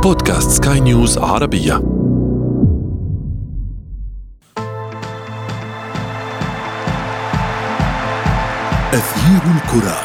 بودكاست سكاي نيوز عربية. أثير الكرة.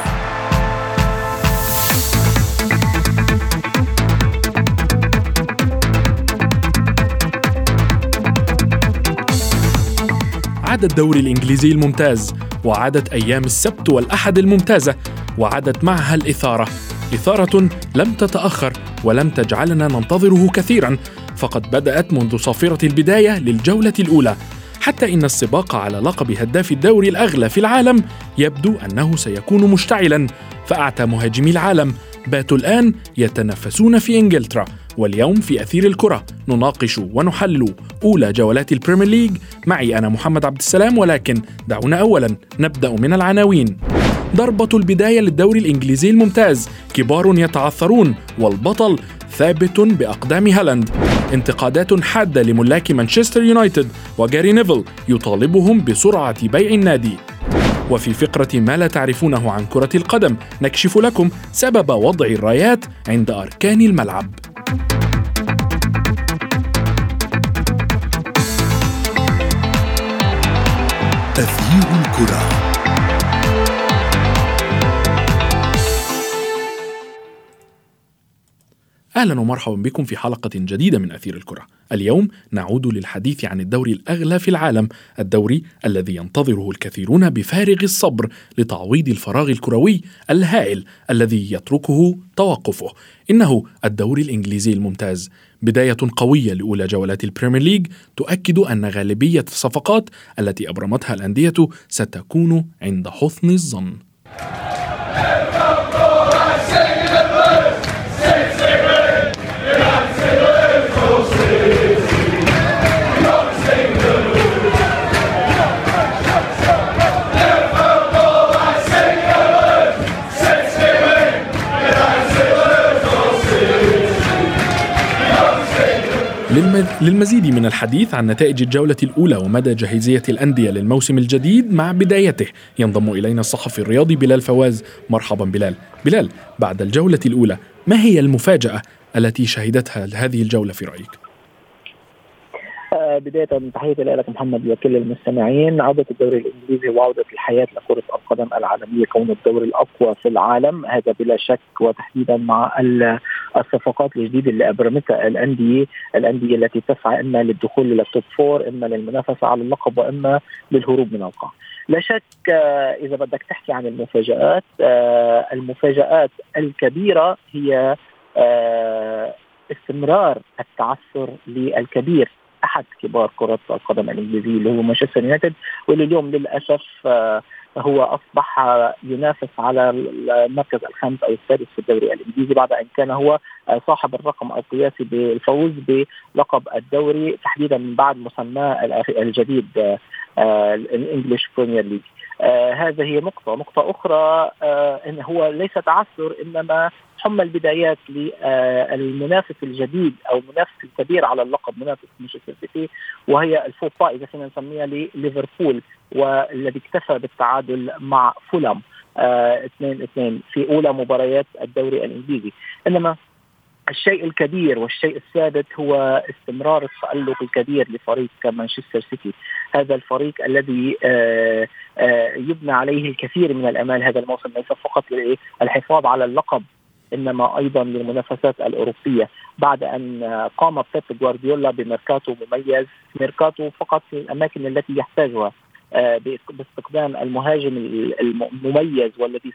عاد الدوري الإنجليزي الممتاز، وعادت أيام السبت والأحد الممتازة، وعادت معها الإثارة لم تتأخر ولم تجعلنا ننتظره كثيراً، فقد بدأت منذ صافرة البداية للجولة الأولى، حتى إن السباق على لقب هداف الدوري الأغلى في العالم يبدو أنه سيكون مشتعلاً، فأعتى مهاجمي العالم باتوا الآن يتنافسون في إنجلترا. واليوم في أثير الكرة نناقش ونحلل أولى جولات البريمير ليج. معي أنا محمد عبد السلام، ولكن دعونا أولاً نبدأ من العناوين. ضربة البداية للدوري الإنجليزي الممتاز، كبار يتعثرون والبطل ثابت بأقدام هالاند. انتقادات حادة لملاك مانشستر يونايتد، وجاري نيفل يطالبهم بسرعة بيع النادي. وفي فقرة ما لا تعرفونه عن كرة القدم نكشف لكم سبب وضع الرايات عند أركان الملعب. أثير الكرة. أهلا ومرحبا بكم في حلقة جديدة من أثير الكرة. اليوم نعود للحديث عن الدوري الأغلى في العالم، الدوري الذي ينتظره الكثيرون بفارغ الصبر لتعويض الفراغ الكروي الهائل الذي يتركه توقفه. إنه الدوري الإنجليزي الممتاز. بداية قوية لأولى جولات البريمير ليج تؤكد أن غالبية الصفقات التي أبرمتها الأندية ستكون عند حسن الظن. للمزيد من الحديث عن نتائج الجولة الأولى ومدى جاهزية الأندية للموسم الجديد مع بدايته ينضم إلينا الصحفي الرياضي بلال فواز. مرحبا بلال، بعد الجولة الأولى ما هي المفاجأة التي شهدتها هذه الجولة في رأيك؟ بداية تحياتي لك محمد وكل المستمعين. عودة الدوري الإنجليزي وعودة الحياة لكرة القدم العالمية، كون الدوري الأقوى في العالم هذا بلا شك، وتحديدا مع الصفقات الجديدة اللي أبرمتها الأندية التي تسعى إما للدخول للتوب فور، إما للمنافسة على اللقب، وإما للهروب من القاع. لا شك إذا بدك تحكي عن المفاجآت الكبيرة هي استمرار التعثر للكبير، أحد كبار كرة القدم الإنجليزية اللي هو مانشستر يونايتد، واللي اليوم للأسف هو أصبح ينافس على المركز الخامس أو السادس في الدوري الإنجليزي، بعد أن كان هو صاحب الرقم القياسي بالفوز بلقب الدوري، تحديدا من بعد مسماه الجديد الإنجليش بريمير ليج. هذا هي نقطة أخرى، إن هو ليس تعثر، إنما حمى البدايات للمنافس الجديد أو المنافس الكبير على اللقب، منافس مانشستر سيتي، وهي الفوبا إذا كنا نسميها لليفربول، والذي اكتفى بالتعادل مع فولام 2-2 في أولى مباريات الدوري الإنجليزي. إنما الشيء الكبير والشيء الثابت هو استمرار التألق الكبير لفريق مانشستر سيتي، هذا الفريق الذي يبنى عليه الكثير من الأمال هذا الموسم، ليس فقط للحفاظ على اللقب إنما أيضا للمنافسات الأوروبية، بعد أن قام بيب غوارديولا بميركاتو مميز، ميركاتو فقط في الأماكن التي يحتاجها، باستخدام المهاجم المميز والذي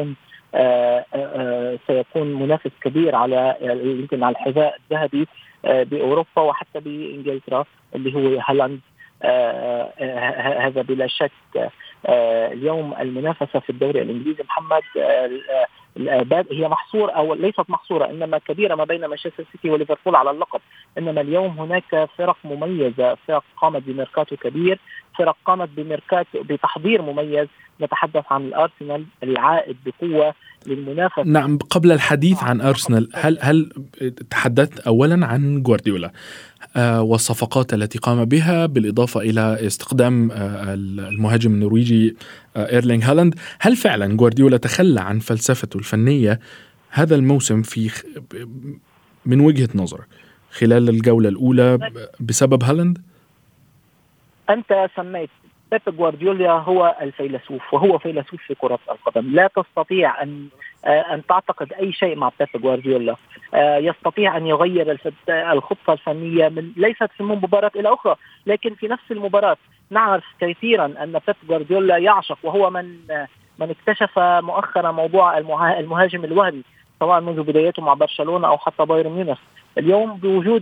سيكون منافس كبير على يمكن على الحذاء الذهبي بأوروبا وحتى بإنجلترا، اللي هو هالاند. هذا بلا شك. اليوم المنافسة في الدوري الإنجليزي محمد هي محصورة أو ليست محصورة، إنما كبيرة ما بين مانشستر سيتي وليفربول على اللقب. إنما اليوم هناك فرق مميزة، فرق قامت بميركاتو كبير، فرق قامت بميركاتو بتحضير مميز. نتحدث عن الأرسنال العائد بقوة للمنافسة. نعم، قبل الحديث عن أرسنال هل تحدثت أولا عن غوارديولا والصفقات التي قام بها، بالإضافة إلى استخدام المهاجم النرويجي إيرلينغ هالاند؟ هل فعلا غوارديولا تخلى عن فلسفته الفنية هذا الموسم من وجهة نظرك خلال الجولة الأولى بسبب هالاند؟ أنت سميت بيب غوارديولا هو الفيلسوف، وهو فيلسوف في كرة القدم. لا تستطيع أن تعتقد أي شيء مع بيب غوارديولا. يستطيع أن يغير الخطة الفنية ليست من مباراة إلى أخرى، لكن في نفس المباراة. نعرف كثيرا أن بيب غوارديولا يعشق، وهو من اكتشف مؤخرا موضوع المهاجم الوهمي، سواء منذ بدايته مع برشلونة أو حتى بايرن ميونخ. اليوم بوجود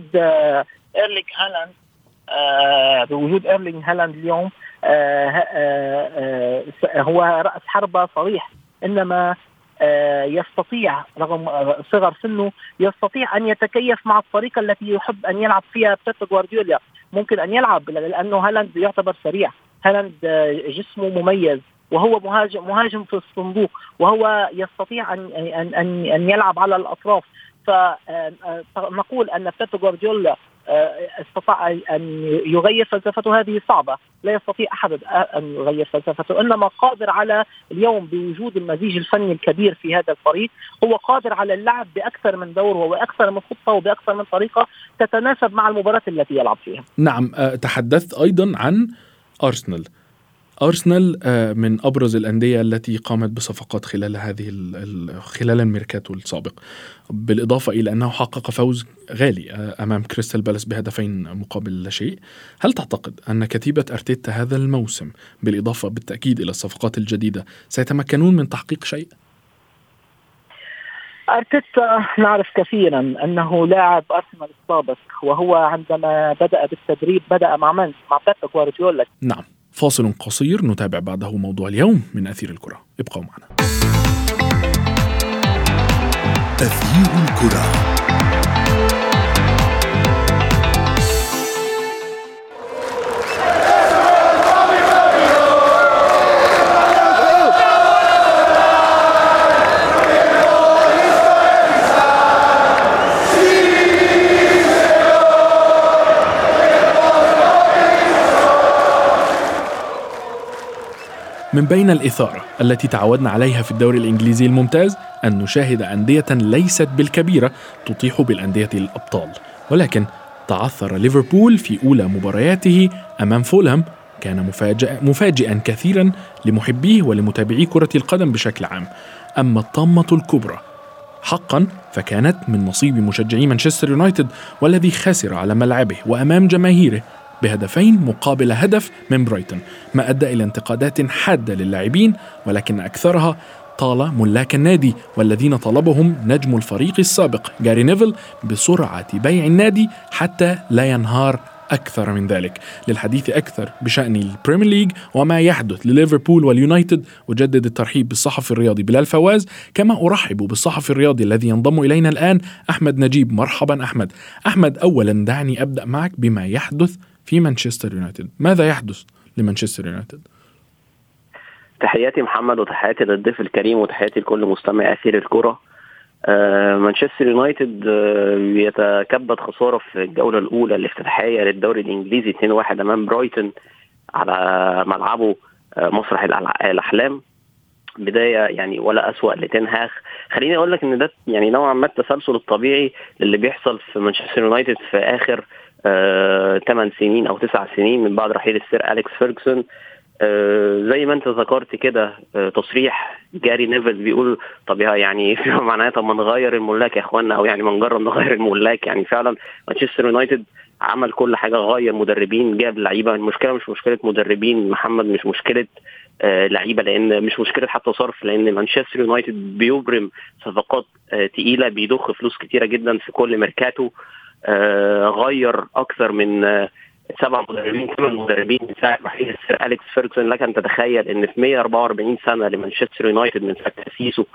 إيرلينغ هالاند اليوم هو رأس حربة صريح، إنما يستطيع رغم صغر سنه يستطيع أن يتكيف مع الطريقة التي يحب أن يلعب فيها بيب غوارديولا. ممكن أن يلعب لأنه هالاند يعتبر سريع، هالاند جسمه مميز، وهو مهاجم في الصندوق، وهو يستطيع أن يلعب على الأطراف. فنقول أن بيب غوارديولا استطاع أن يغير فلسفته. هذه صعبة، لا يستطيع أحد أن يغير فلسفته، إنما قادر على اليوم بوجود المزيج الفني الكبير في هذا الفريق، هو قادر على اللعب بأكثر من دور وبأكثر من خطة وبأكثر من طريقة تتناسب مع المباراة التي يلعب فيها. نعم، تحدثت أيضا عن أرسنال من أبرز الأندية التي قامت بصفقات خلال الميركاتو السابق، بالإضافة إلى أنه حقق فوز غالي أمام كريستال بالاس بهدفين مقابل لا شيء. هل تعتقد أن كتيبة أرتيتا هذا الموسم بالإضافة بالتأكيد إلى الصفقات الجديدة سيتمكنون من تحقيق شيء؟ أرتيتا نعرف كثيرا أنه لاعب أرسنال السابق، وهو عندما بدأ بالتدريب بدأ مع بيب غوارديولا. نعم، فاصل قصير نتابع بعده موضوع اليوم من أثير الكرة. ابقوا معنا. أثير الكرة. من بين الإثارة التي تعودنا عليها في الدوري الإنجليزي الممتاز أن نشاهد أندية ليست بالكبيرة تطيح بالأندية الأبطال، ولكن تعثر ليفربول في أولى مبارياته أمام فولهام. كان مفاجئا كثيرا لمحبيه ولمتابعي كرة القدم بشكل عام. أما الطامة الكبرى حقا فكانت من نصيب مشجعي مانشستر يونايتد، والذي خسر على ملعبه وأمام جماهيره بهدفين مقابل هدف من برايتون، ما أدى إلى انتقادات حادة للاعبين، ولكن أكثرها طال ملاك النادي والذين طلبهم نجم الفريق السابق جاري نيفل بسرعة بيع النادي حتى لا ينهار أكثر من ذلك. للحديث أكثر بشأن البريمير ليج وما يحدث لليفربول واليونايتد، أجدد الترحيب بالصحفي الرياضي بلال فواز، كما أرحب بالصحفي الرياضي الذي ينضم إلينا الآن أحمد نجيب. مرحبا أحمد. أولا دعني أبدأ معك بما يحدث في مانشستر يونايتد. ماذا يحدث لمانشستر يونايتد؟ تحياتي محمد، وتحياتي للضيف الكريم، وتحياتي لكل مستمع أثير الكرة. مانشستر يونايتد يتكبد خسارة في الجولة الأولى الافتتاحية للدوري الإنجليزي 2-1 أمام برايتون على ملعبه مسرح الأحلام. بداية يعني ولا أسوأ لتنهاخ. خليني أقول لك إن ده يعني نوعا ما التسلسل الطبيعي اللي بيحصل في مانشستر يونايتد في آخر 8 سنين أو 9 سنين من بعد رحيل السير أليكس فيرغسون. زي ما انت ذكرت كده، تصريح جاري نيفل بيقول طب يعني فيما معناه طب ما نغير الملاك يا اخوانا، او يعني ما نجرب نغير الملاك. يعني فعلا مانشستر يونايتد عمل كل حاجه، غير مدربين، جاب لعيبه. المشكله مش مشكله مدربين محمد، مش مشكله لعيبه، لان مش مشكله حتى صرف، لان مانشستر يونايتد بيبرم صفقات تقيله، بيضخ فلوس كتيره جدا في كل ميركاتو. غير اكثر من 7 مدربين 8 مدربين من ساعة رحيل السير أليكس فيرغسون. لك أن تتخيل أن في 144 سنة لمانشستر يونايتد من ساعة تأسيسه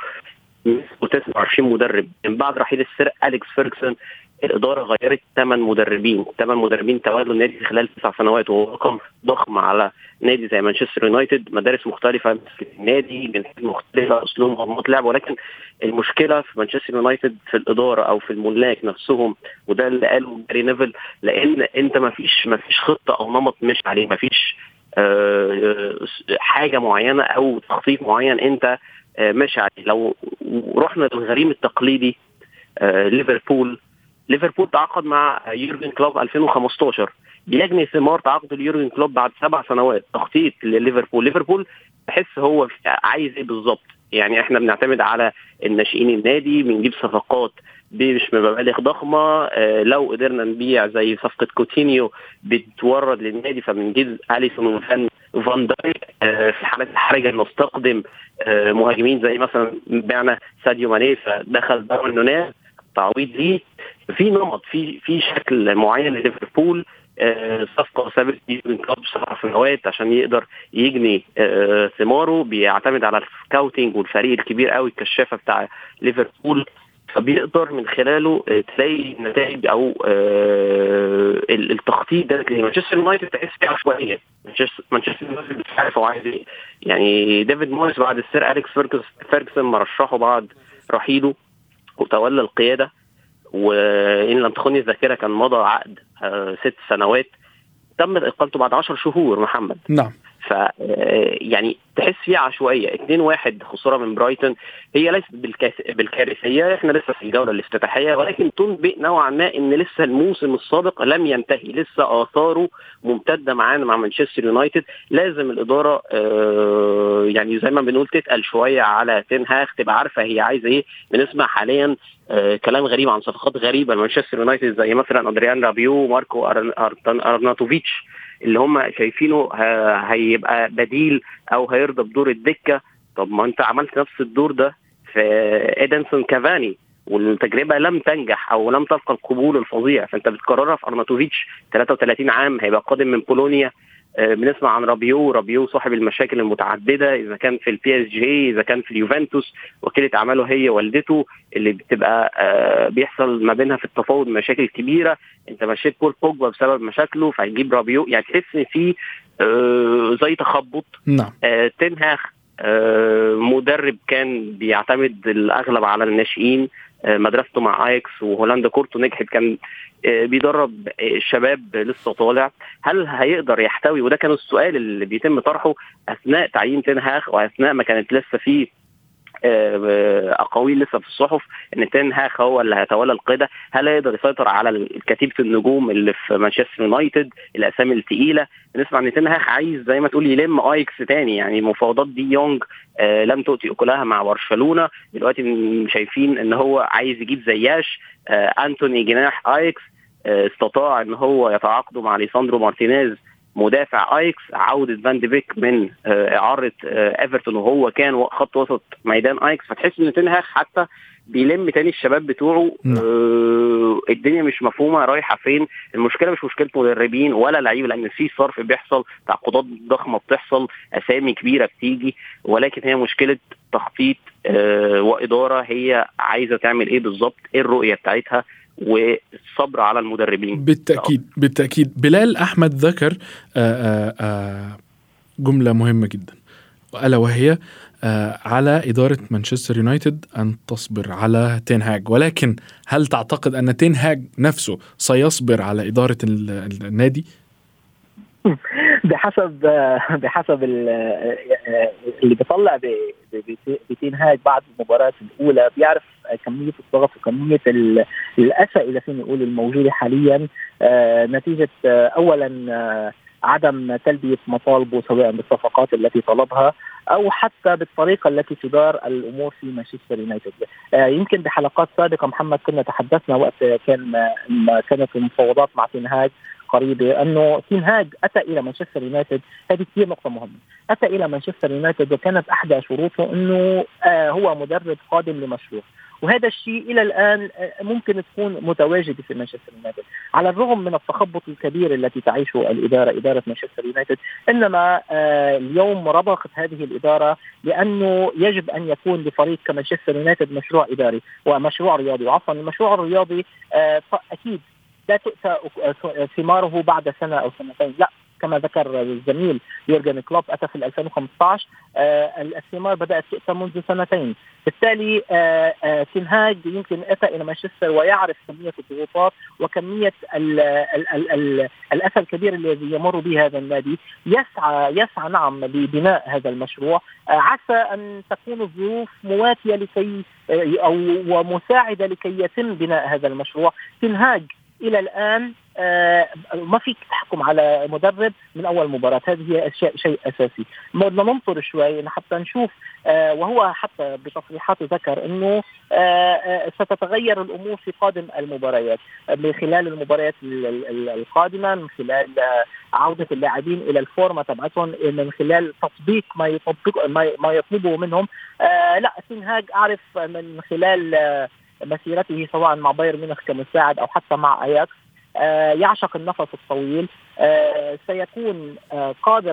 29 مدرب. من بعد رحيل السير أليكس فيرغسون الإدارة غيرت 8 مدربين تولوا النادي خلال 9 سنوات، وهو رقم ضخم على نادي زي مانشستر يونايتد. مدارس مختلفة في النادي، جنسيات مختلفة، أسلوب وأنماط لعب، ولكن المشكلة في مانشستر يونايتد في الإدارة أو في الملاك نفسهم، وده اللي قاله جاري نيفل. لأن أنت ما فيش خطة أو نمط مش عليه، ما فيش حاجة معينة أو تخطيط معين أنت مش عليه. لو رحنا للغريم التقليدي ليفربول ليفربول تعاقد مع يورجن كلوب 2015، بيجني ثمار تعاقد يورجن كلوب بعد 7 سنوات تخطيط ليفربول تحس هو عايز ايه بالظبط. يعني احنا بنعتمد على الناشئين النادي، بنجيب صفقات مش بمبالغ ضخمه، لو قدرنا نبيع زي صفقه كوتينيو بتورد للنادي فبنجيب اليسون وفان دايك، في حالة الحرجة نستخدم مهاجمين زي مثلا بعنا ساديو ماني فدخل داروين نونيز تعويض ليه. في نمط في شكل معين لليفربول، صفقة ثابت من كلوب 7 سنوات عشان يقدر يجني ثماره، بيعتمد على السكاوتينج والفريق الكبير قوي الكشافة بتاع ليفربول، فبيقدر من خلاله تلاقي نتائج او التخطيط ده. مانشستر يونايتد تحس فيه عشوائيه، مانشستر يونايتد مش عارف هو عايز ايه. يعني ديفيد مويس بعد السير أليكس فيرجسون مرشحه بعد رحيله وتولى القياده، وان لم تخني الذاكره كان مضى عقد 6 سنوات، تمت اقالته بعد 10 شهور محمد. نعم. يعني تحس فيه عشوائيه. 2-1 خساره من برايتون هي ليست بالكارثيه، احنا لسه في الجوله الافتتاحيه، ولكن تنبئ نوعا ما ان لسه الموسم السابق لم ينتهي، لسه اثاره ممتده معانا مع مانشستر يونايتد. لازم الاداره يعني زي ما بنقول تتقل شويه على تين هاغ، تبقى عارفه هي عايزه ايه. بنسمع حاليا كلام غريب عن صفقات غريبه لمانشستر يونايتد زي مثلا ادريان رابيو وماركو ارناتوفيتش اللي هم شايفينه هيبقى بديل او هيرضى بدور الدكه. طب ما انت عملت نفس الدور ده في إيدنسون كافاني والتجربه لم تنجح او لم تلقى القبول الفظيع، فانت بتكررها في ارناتوفيتش 33 عام هيبقى قادم من بولونيا. بنسمع عن رابيو صاحب المشاكل المتعدده، اذا كان في البي اس جي اذا كان في اليوفنتوس، وكيله اعماله هي والدته اللي بتبقى بيحصل ما بينها في التفاوض مشاكل كبيره. انت مشيت بول بوجبا بسبب مشاكله فهيجيب رابيو، يعني تحس في زي تخبط. نعم. تين هاغ مدرب كان بيعتمد الاغلب على الناشئين، مدرسته مع اياكس وهولندا كورتو نجحت، كان بيدرب الشباب لسه طالع. هل هيقدر يحتوي؟ وده كان السؤال اللي بيتم طرحه اثناء تعيين تين هاغ واثناء ما كانت لسه فيه اقاويل لسه في الصحف ان تين هاغ هو اللي هيتولى القياده. هل يقدر يسيطر على كتيبه النجوم اللي في مانشستر يونايتد الاسامي الثقيله؟ بنسمع ان تين هاغ عايز زي ما تقول يلم اياكس تاني، يعني مفاوضات دي يونج لم تؤتي اكلها مع برشلونه، دلوقتي شايفين ان هو عايز يجيب زياش انتوني جناح اياكس، استطاع ان هو يتعاقدوا مع ليساندرو مارتينيز مدافع ايكس، عودة فان دي بيك من اعارة ايفرتون وهو كان خط وسط ميدان ايكس. فتحس ان تين هاغ حتى بيلم تاني الشباب بتوعه. الدنيا مش مفهومة رايحة فين. المشكلة مش مشكلة مدربين ولا لعيبة، لان في صرف بيحصل، تعاقدات ضخمة بتحصل، اسامي كبيرة بتيجي، ولكن هي مشكلة تخطيط وادارة هي عايزة تعمل ايه بالظبط، ايه الرؤية بتاعتها، والصبر على المدربين. بالتأكيد بلال أحمد ذكر جملة مهمة جدا، وألا وهي على إدارة مانشستر يونايتد أن تصبر على تين هاغ. ولكن هل تعتقد أن تين هاغ نفسه سيصبر على إدارة النادي؟ بحسب اللي بيطلع بتين هاغ بعد المباراة الأولى، بيعرف كمية الضغط وكمية الأسى إلى فين نقول الموجودة حاليا، نتيجة أولا عدم تلبية مطالبه سواء بالصفقات التي طلبها أو حتى بالطريقة التي تدار الأمور في مانشستر يونايتد. يمكن بحلقات سابقة محمد كنا تحدثنا وقت كانت المفاوضات مع تين هاغ قريبة، أنه تين هاغ أتى إلى مانشستر يونايتد، هذه كثير نقطة مهمة، أتى إلى مانشستر يونايتد وكانت أحدى شروطه أنه هو مدرب قادم لمشروع، وهذا الشيء إلى الآن ممكن تكون متواجدة في مانشستر يونايتد على الرغم من التخبط الكبير التي تعيشه إدارة مانشستر يونايتد. إنما اليوم رضخت هذه الإدارة لأنه يجب أن يكون لفريق كمانشستر يونايتد مشروع إداري ومشروع رياضي، وعفوا المشروع الرياضي أكيد لا تؤتى ثماره بعد سنة أو سنتين، لا، كما ذكر الزميل يورجن كلوب أتى في 2015. الثمار بدأت تؤتى منذ سنتين. بالتالي تين هاج يمكن أتى إلى مانشستر ويعرف كمية الضغوطات وكمية الأسى الكبير الذي يمر به هذا النادي. يسعى نعم ببناء هذا المشروع. عسى أن تكون الظروف مواتية لكي أو ومساعدة لكي يتم بناء هذا المشروع. تين هاج إلى الآن ما في تحكم على مدرب من أول مباراة. هذه هي شيء أساسي. بدنا ننطر شوي حتى نشوف. وهو حتى بتصريحاته ذكر أنه ستتغير الأمور في قادم المباريات من خلال المباريات القادمة، من خلال عودة اللاعبين إلى الفورمة تبعتهم، من خلال تطبيق ما يطلبه منهم. لا، تين هاج أعرف من خلال مسيرته سواء مع بايرن ميونخ كمساعد أو حتى مع أياكس يعشق النفس الطويل. سيكون قادر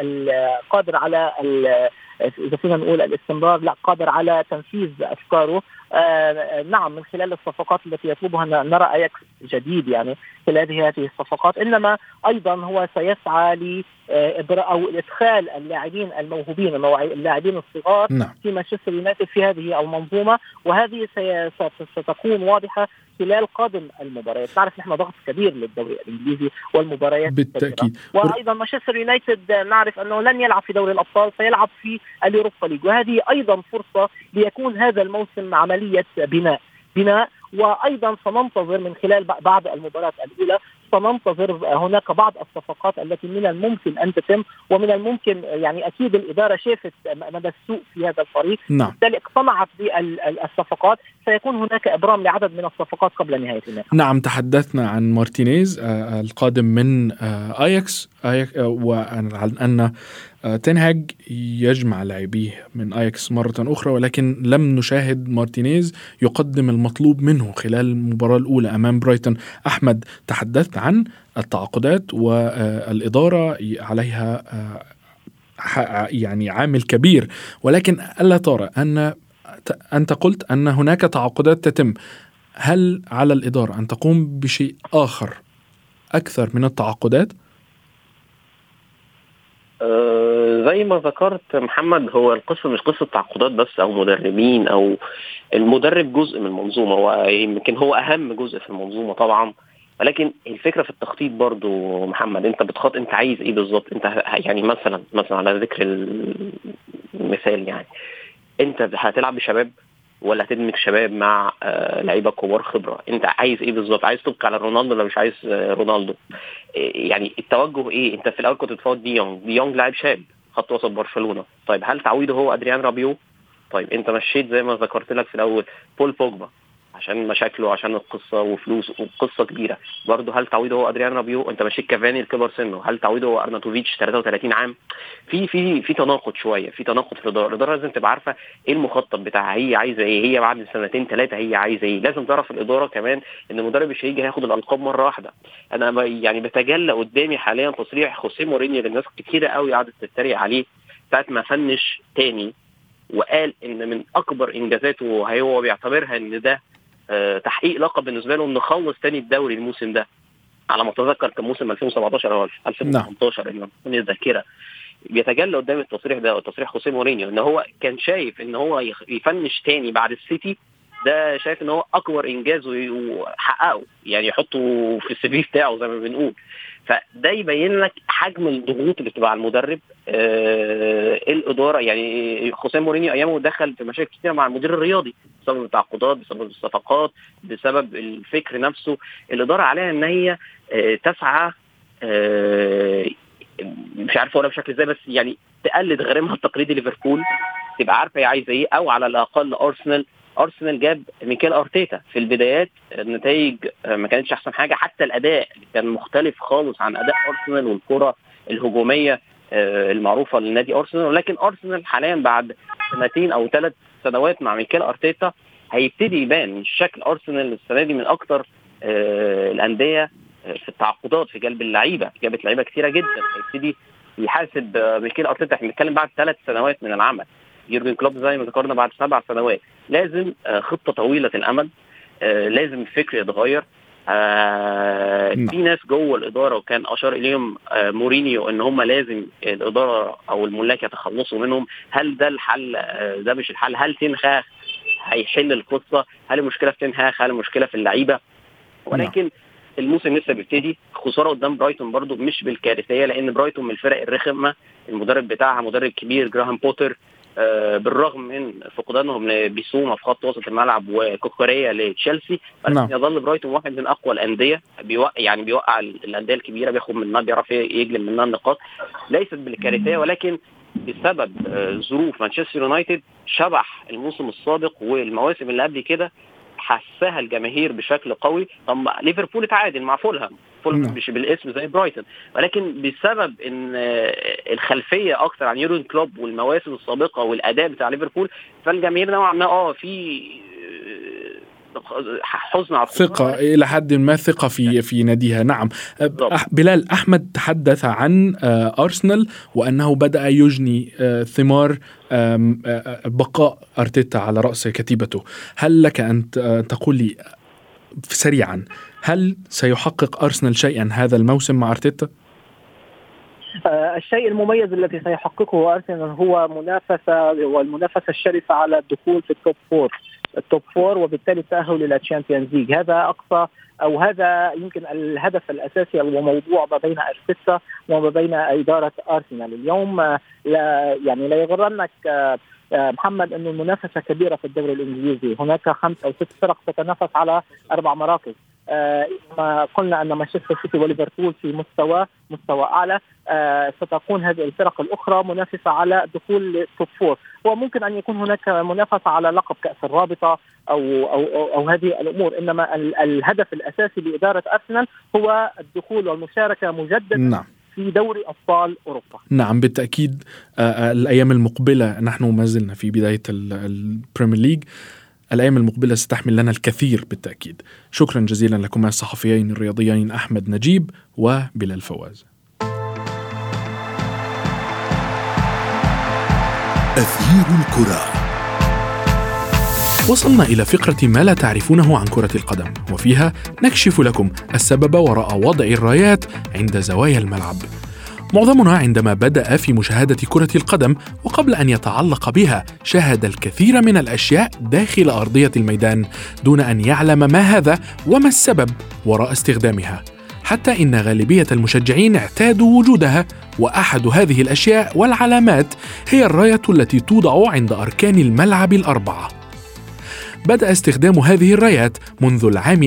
على إذا فينا نقول الاستمرار، لا قادر على تنفيذ أفكاره. نعم، من خلال الصفقات التي يطلبها نرى أياكس جديد يعني خلال هذه الصفقات، إنما أيضا هو سيسعى أو إدخال اللاعبين الموهوبين اللاعبين الصغار في مانشستر يونايتد في هذه المنظومة، وهذه ستكون واضحة خلال قادم المباريات. تعرف نحن ضغط كبير للدوري الإنجليزي والمباريات بالتأكيد. وأيضا مانشستر يونايتد نعرف أنه لن يلعب في دوري الأبطال، سيلعب في اليوروبا ليج، وهذه أيضا فرصة ليكون هذا الموسم عملية بناء. وأيضا سننتظر من خلال بعد المباراة الأولى سننتظر هناك بعض الصفقات التي من الممكن أن تتم، ومن الممكن يعني أكيد الإدارة شافت مدى السوء في هذا الفريق، بالتالي اقتنعت بالصفقات. سيكون هناك إبرام لعدد من الصفقات قبل نهاية الموسم. نعم، تحدثنا عن مارتينيز القادم من أياكس، وعن أن تين هاج يجمع لاعبيه من أياكس مرة أخرى، ولكن لم نشاهد مارتينيز يقدم المطلوب منه خلال المباراة الأولى أمام برايتون. أحمد، تحدثت عن التعاقدات والإدارة عليها يعني عامل كبير، ولكن ألا ترى أنت قلت أن هناك تعاقدات تتم، هل على الإدارة أن تقوم بشيء آخر أكثر من التعاقدات؟ زي ما ذكرت محمد، هو القصة مش قصة تعاقدات بس أو مدربين، أو المدرب جزء من المنظومة ويمكن هو أهم جزء في المنظومة طبعا، ولكن الفكرة في التخطيط برضو محمد. أنت بتخطط، أنت عايز إيه بالظبط؟ أنت يعني مثلا على ذكر المثال، يعني أنت هتلعب بشباب ولا هتدمج شباب مع لعيبه كبار خبره؟ انت عايز ايه بالظبط؟ عايز تبقى على رونالدو ولا مش عايز رونالدو؟ يعني التوجه ايه؟ انت في الاول كنت بتفاوض دي يونغ لاعب شاب خط وسط برشلونه، طيب هل تعويضه هو ادريان رابيو؟ طيب انت مشيت زي ما ذكرت لك في الاول بول بوجبا عشان مشاكله، عشان القصه وفلوس وقصه كبيره برضه، هل تعويضه هو ادريان رابيو؟ انت مشيت كافاني الكبر سنه، هل تعويضه هو ارناتوفيتش 33 عام؟ في تناقض شويه، في تناقض في الاداره لازم تبقى عارفه ايه المخطط بتاعها، هي عايزه ايه، هي بعد سنتين ثلاثه هي عايزه ايه. لازم تعرف الاداره كمان ان المدرب مش هيجي هياخد الالقاب مره واحده. انا يعني بتجلى قدامي حاليا تصريح خوسيه مورينيو اللي الناس كتيره قوي قعدت تتريق عليه ساعه ما فنش تاني، وقال ان من اكبر انجازاته هو بيعتبرها ان ده تحقيق لقب بالنسبه له، انه خلص تاني الدوري الموسم ده. على ما اتذكر كان موسم 2017 او 2018 ان الذاكره. بيتجلى قدام التصريح ده وتصريح خوسيه مورينيو ان هو كان شايف ان هو يفنش تاني بعد السيتي، ده شايف ان هو اكبر انجاز وحققه، يعني يحطه في السي في بتاعه زي ما بنقول. فده يبين لك حجم الضغوط اللي بتبقى على المدرب. الاداره يعني خوسيه مورينيو ايامه دخل في مشاكل كتير مع المدير الرياضي بسبب التعاقدات، بسبب الصفقات، بسبب الفكر نفسه. الاداره عليها ان هي تسعى، مش عارفه ولا بشكل ازاي، بس يعني تقلد غريمها التقليدي ليفربول، تبقى عارفه هي عايزه ايه، او على الاقل ارسنال جاب ميكيل ارتيتا في البدايات، النتائج ما كانتش احسن حاجه، حتى الاداء كان مختلف خالص عن اداء ارسنال والكره الهجوميه المعروفه لنادي ارسنال. ولكن ارسنال حاليا بعد 2 أو 3 سنوات مع ميكيل ارتيتا هيبتدي يبان شكل ارسنال السنه دي من اكتر الانديه في التعاقدات، في جلب اللعيبه، جابت لعيبه كثيره جدا. هيبتدي يحاسب ميكيل ارتيتا، احنا بنتكلم بعد 3 سنوات من العمل. يورجن كلوب زي ما ذكرنا بعد 7 سنوات. لازم خطه طويله الامد، لازم الفكر يتغير. في ناس جوه الإدارة وكان أشار إليهم مورينيو إن هم لازم الإدارة أو الملاك يتخلصوا منهم. هل ده الحل؟ ده مش الحل. هل تنهاخ هيحل القصة؟ هل المشكلة في تنهاخ؟ هل المشكلة في اللعيبة؟ ولكن الموسم لسه بيبتدي. خسارة قدام برايتون برضو مش بالكارثية، لأن برايتون من الفرق الرخمة. المدرب بتاعها مدرب كبير جراهام بوتر، بالرغم من فقدانهم لبيسوما في خط وسط الملعب وكوكوريا لتشيلسي، ولكن يظل برايتون واحد من أقوى الأندية. بيوقع الأندية الكبيرة، بياخد منها، بيعرف يجلب منها النقاط. ليست بالكارثية، ولكن بسبب ظروف مانشستر يونايتد شبح الموسم السابق والمواسم اللي قبل كده، حسها الجماهير بشكل قوي. طب ليفربول اتعادل مع فولهام مش بالاسم زي برايتون، ولكن بسبب ان الخلفيه اكثر عن يورجن كلوب والمواسم السابقه والاداء بتاع ليفربول، فالجماهير نوعا ما في حزن على ثقة إلى حد ما، ثقة في ناديها. نعم. بلال، أحمد تحدث عن أرسنال وأنه بدأ يجني ثمار بقاء أرتيتا على رأس كتيبته. هل لك أن تقول لي سريعا، هل سيحقق أرسنال شيئا هذا الموسم مع أرتيتا؟ الشيء المميز الذي سيحققه أرسنال هو والمنافسة الشرسة على الدخول في التوب فور وبالتالي التأهل إلى تشامبيونز ليج. هذا أقصى أو هذا يمكن الهدف الأساسي وموضوع ما بين أرتيتا وما بين إدارة أرسنال اليوم. لا يغرنك محمد أن المنافسة كبيرة في الدوري الإنجليزي. هناك 5 أو 6 فرق تتنافس على 4 مراكز. ما قلنا أن مانشستر سيتي وليفربول في مستوى أعلى، ستكون هذه الفرق الأخرى منافسة على الدخول للتوب فور، وممكن أن يكون هناك منافسة على لقب كأس الرابطة أو هذه الأمور. إنما الهدف الأساسي لإدارة أرسنال هو الدخول والمشاركة مجددا في دوري أبطال أوروبا. نعم بالتأكيد. الأيام المقبلة، نحن ما زلنا في بداية البريمير ليج، الأيام المقبلة ستحمل لنا الكثير بالتأكيد. شكرا جزيلا لكم الصحفيين الرياضيين أحمد نجيب وبلال فواز. أثير الكرة. وصلنا إلى فقرة ما لا تعرفونه عن كرة القدم، وفيها نكشف لكم السبب وراء وضع الرايات عند زوايا الملعب. معظمنا عندما بدأ في مشاهدة كرة القدم وقبل أن يتعلق بها شاهد الكثير من الأشياء داخل أرضية الميدان دون أن يعلم ما هذا وما السبب وراء استخدامها، حتى إن غالبية المشجعين اعتادوا وجودها. وأحد هذه الأشياء والعلامات هي الراية التي توضع عند أركان الملعب ال4. بدأ استخدام هذه الرايات منذ العام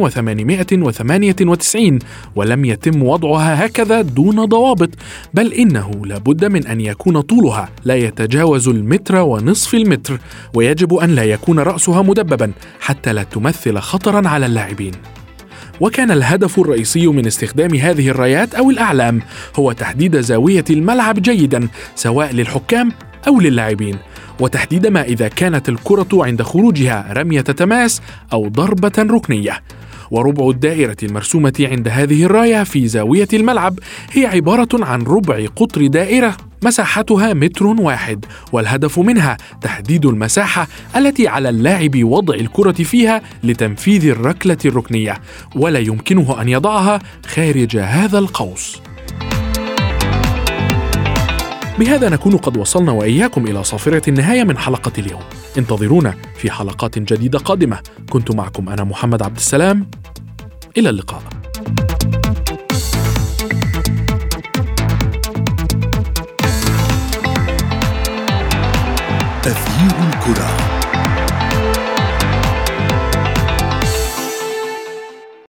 1898 ولم يتم وضعها هكذا دون ضوابط، بل إنه لابد من أن يكون طولها لا يتجاوز 1.5 متر، ويجب أن لا يكون رأسها مدببا حتى لا تمثل خطرا على اللاعبين. وكان الهدف الرئيسي من استخدام هذه الرايات أو الأعلام هو تحديد زاوية الملعب جيدا، سواء للحكام أو للاعبين، وتحديد ما إذا كانت الكرة عند خروجها رمية تماس أو ضربة ركنية. وربع الدائرة المرسومة عند هذه الراية في زاوية الملعب هي عبارة عن ربع قطر دائرة مساحتها 1 متر، والهدف منها تحديد المساحة التي على اللاعب وضع الكرة فيها لتنفيذ الركلة الركنية، ولا يمكنه أن يضعها خارج هذا القوس. بهذا نكون قد وصلنا وإياكم إلى صافرة النهاية من حلقة اليوم. انتظرونا في حلقات جديدة قادمة. كنت معكم أنا محمد عبد السلام، إلى اللقاء. أثير الكرة.